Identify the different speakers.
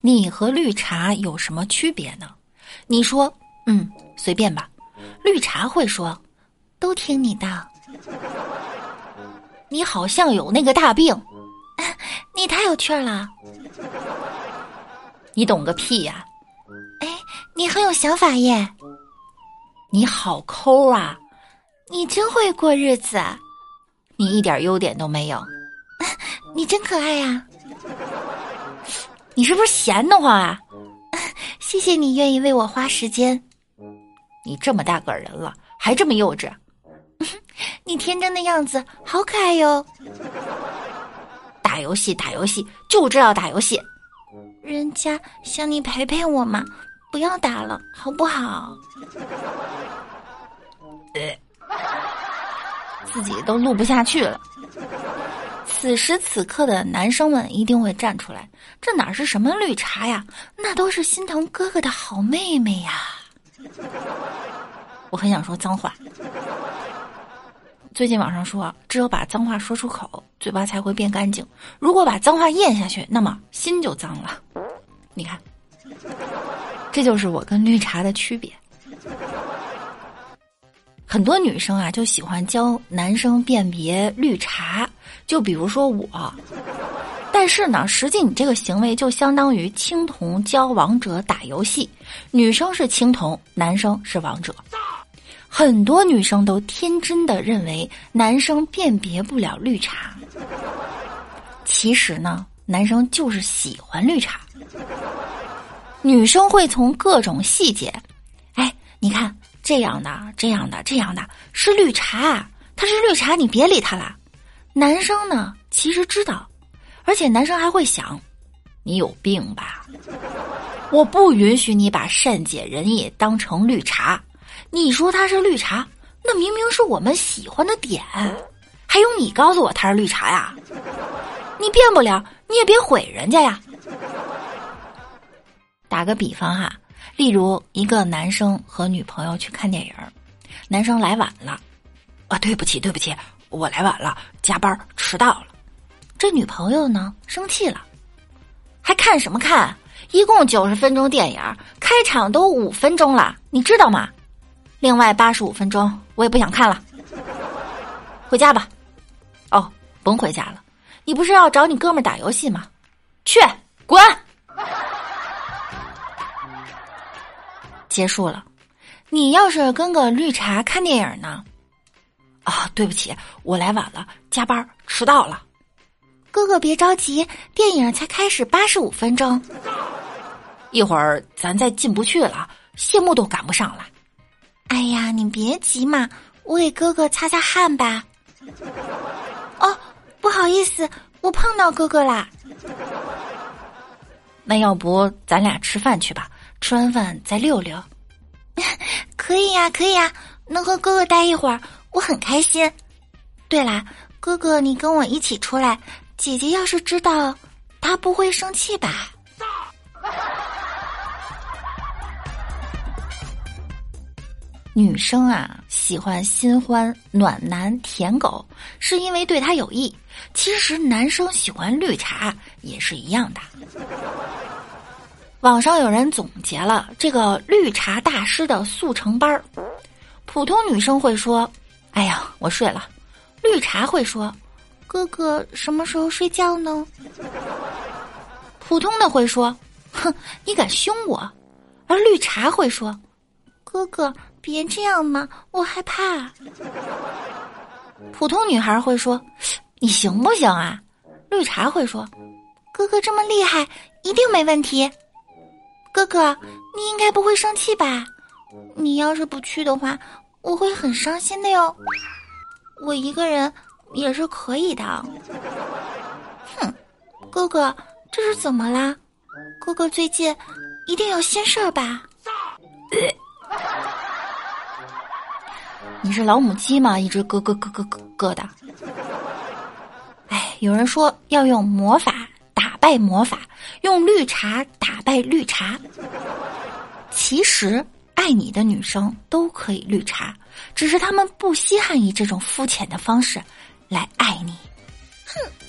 Speaker 1: 你和绿茶有什么区别呢？你说，随便吧。绿茶会说，都听你的。你好像有那个大病，
Speaker 2: 你太有趣了。
Speaker 1: 你懂个屁呀！
Speaker 2: 你很有想法耶。
Speaker 1: 你好抠啊！
Speaker 2: 你真会过日子。
Speaker 1: 你一点优点都没有。
Speaker 2: 你真可爱呀！
Speaker 1: 你是不是闲得慌啊？
Speaker 2: 谢谢你愿意为我花时间。
Speaker 1: 你这么大个人了，还这么幼稚。
Speaker 2: 你天真的样子好可爱哟。
Speaker 1: 打游戏就知道打游戏。
Speaker 2: 人家想你陪陪我嘛，不要打了好不好？
Speaker 1: 自己都录不下去了。此时此刻的男生们一定会站出来，这哪是什么绿茶呀，那都是心疼哥哥的好妹妹呀。我很想说脏话。最近网上说，只有把脏话说出口，嘴巴才会变干净。如果把脏话咽下去，那么心就脏了。你看，这就是我跟绿茶的区别。很多女生啊，就喜欢教男生辨别绿茶，就比如说我。但是呢，实际你这个行为就相当于青铜教王者打游戏，女生是青铜，男生是王者。很多女生都天真的认为男生辨别不了绿茶，其实呢，男生就是喜欢绿茶。女生会从各种细节，你看这样的是绿茶，它是绿茶，你别理它了。男生呢，其实知道，而且男生还会想，你有病吧？我不允许你把善解人意当成绿茶。你说它是绿茶，那明明是我们喜欢的点，还用你告诉我它是绿茶呀？你变不了，你也别毁人家呀。打个比方哈，例如一个男生和女朋友去看电影，男生来晚了，对不起，我来晚了，加班迟到了。这女朋友呢，生气了，还看什么看？一共90分钟电影，开场都5分钟了，你知道吗？另外85分钟我也不想看了，回家吧。甭回家了，你不是要找你哥们打游戏吗？去，滚！结束了。你要是跟个绿茶看电影呢？对不起，我来晚了，加班迟到了。
Speaker 2: 哥哥别着急，电影才开始85分钟，
Speaker 1: 一会儿咱再进不去了，谢幕都赶不上了。
Speaker 2: 哎呀，你别急嘛，我给哥哥擦擦汗吧。不好意思，我碰到哥哥啦。
Speaker 1: 那要不咱俩吃饭去吧，吃完饭再溜溜。
Speaker 2: 可以呀，能和哥哥待一会儿，我很开心。对啦，哥哥你跟我一起出来，姐姐要是知道，她不会生气吧？
Speaker 1: 女生啊，喜欢新欢、暖男、舔狗，是因为对他有意。其实男生喜欢绿茶也是一样的。网上有人总结了这个绿茶大师的速成班。普通女生会说，哎呀，我睡了。绿茶会说，
Speaker 2: 哥哥什么时候睡觉呢？
Speaker 1: 普通的会说，哼，你敢凶我。而绿茶会说，
Speaker 2: 哥哥别这样嘛，我害怕。
Speaker 1: 普通女孩会说，你行不行啊？绿茶会说，
Speaker 2: 哥哥这么厉害，一定没问题。哥哥，你应该不会生气吧？你要是不去的话，我会很伤心的哟。我一个人也是可以的。哼，哥哥，这是怎么啦？哥哥最近一定有心事儿吧？
Speaker 1: 你是老母鸡吗？一直咯的。有人说要用魔法打败魔法，用绿茶打败绿茶。其实爱你的女生都可以绿茶，只是她们不稀罕以这种肤浅的方式来爱你。
Speaker 2: 哼。